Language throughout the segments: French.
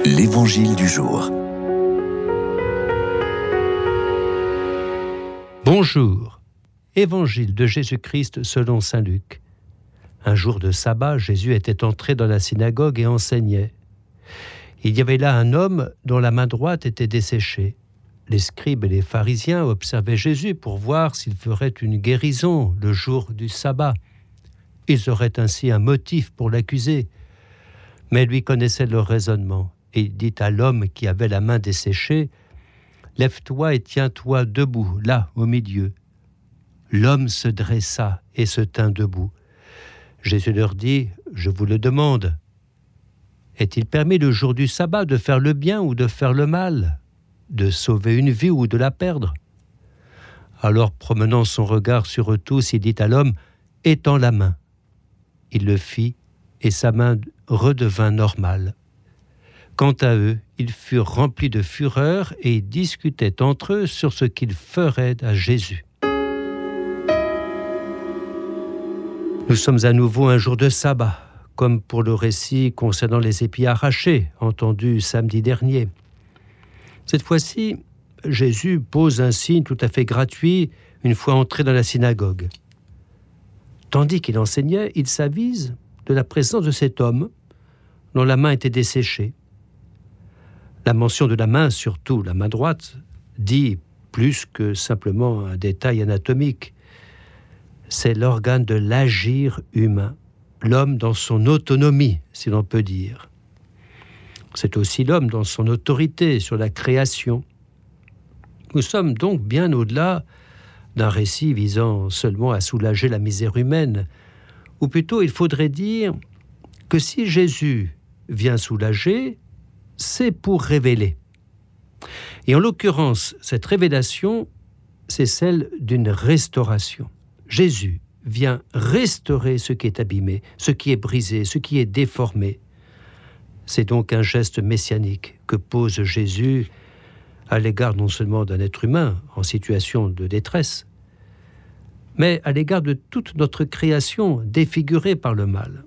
L'Évangile du jour. Bonjour. Évangile de Jésus-Christ selon saint Luc. Un jour de sabbat, Jésus était entré dans la synagogue et enseignait. Il y avait là un homme dont la main droite était desséchée. Les scribes et les pharisiens observaient Jésus pour voir s'il ferait une guérison le jour du sabbat. Ils auraient ainsi un motif pour l'accuser. Mais lui connaissait leur raisonnement. Et il dit à l'homme qui avait la main desséchée, « Lève-toi et tiens-toi debout, là, au milieu. » L'homme se dressa et se tint debout. Jésus leur dit, « Je vous le demande. Est-il permis le jour du sabbat de faire le bien ou de faire le mal, de sauver une vie ou de la perdre ?» Alors, promenant son regard sur eux tous, il dit à l'homme, « Étends la main. » Il le fit et sa main redevint normale. Quant à eux, ils furent remplis de fureur et ils discutaient entre eux sur ce qu'ils feraient à Jésus. Nous sommes à nouveau un jour de sabbat, comme pour le récit concernant les épis arrachés, entendu samedi dernier. Cette fois-ci, Jésus pose un signe tout à fait gratuit une fois entré dans la synagogue. Tandis qu'il enseignait, il s'avise de la présence de cet homme dont la main était desséchée. La mention de la main, surtout la main droite, dit plus que simplement un détail anatomique. C'est l'organe de l'agir humain, l'homme dans son autonomie, si l'on peut dire. C'est aussi l'homme dans son autorité sur la création. Nous sommes donc bien au-delà d'un récit visant seulement à soulager la misère humaine, ou plutôt il faudrait dire que si Jésus vient soulager, c'est pour révéler. Et en l'occurrence, cette révélation, c'est celle d'une restauration. Jésus vient restaurer ce qui est abîmé, ce qui est brisé, ce qui est déformé. C'est donc un geste messianique que pose Jésus à l'égard non seulement d'un être humain en situation de détresse, mais à l'égard de toute notre création défigurée par le mal.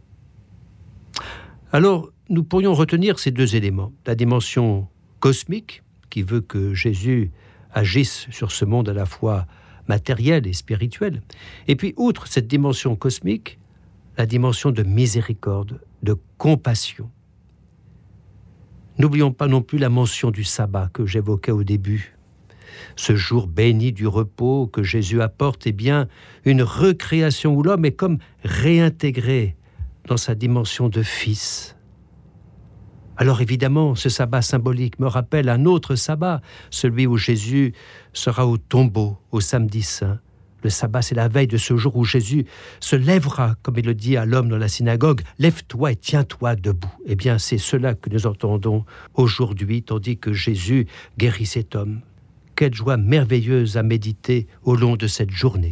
Alors, nous pourrions retenir ces deux éléments. La dimension cosmique, qui veut que Jésus agisse sur ce monde à la fois matériel et spirituel. Et puis, outre cette dimension cosmique, la dimension de miséricorde, de compassion. N'oublions pas non plus la mention du sabbat que j'évoquais au début. Ce jour béni du repos que Jésus apporte est bien une recréation où l'homme est comme réintégré dans sa dimension de fils. Alors évidemment, ce sabbat symbolique me rappelle un autre sabbat, celui où Jésus sera au tombeau, au samedi saint. Le sabbat, c'est la veille de ce jour où Jésus se lèvera, comme il le dit à l'homme dans la synagogue, « Lève-toi et tiens-toi debout ». Eh bien, c'est cela que nous entendons aujourd'hui, tandis que Jésus guérit cet homme. Quelle joie merveilleuse à méditer au long de cette journée.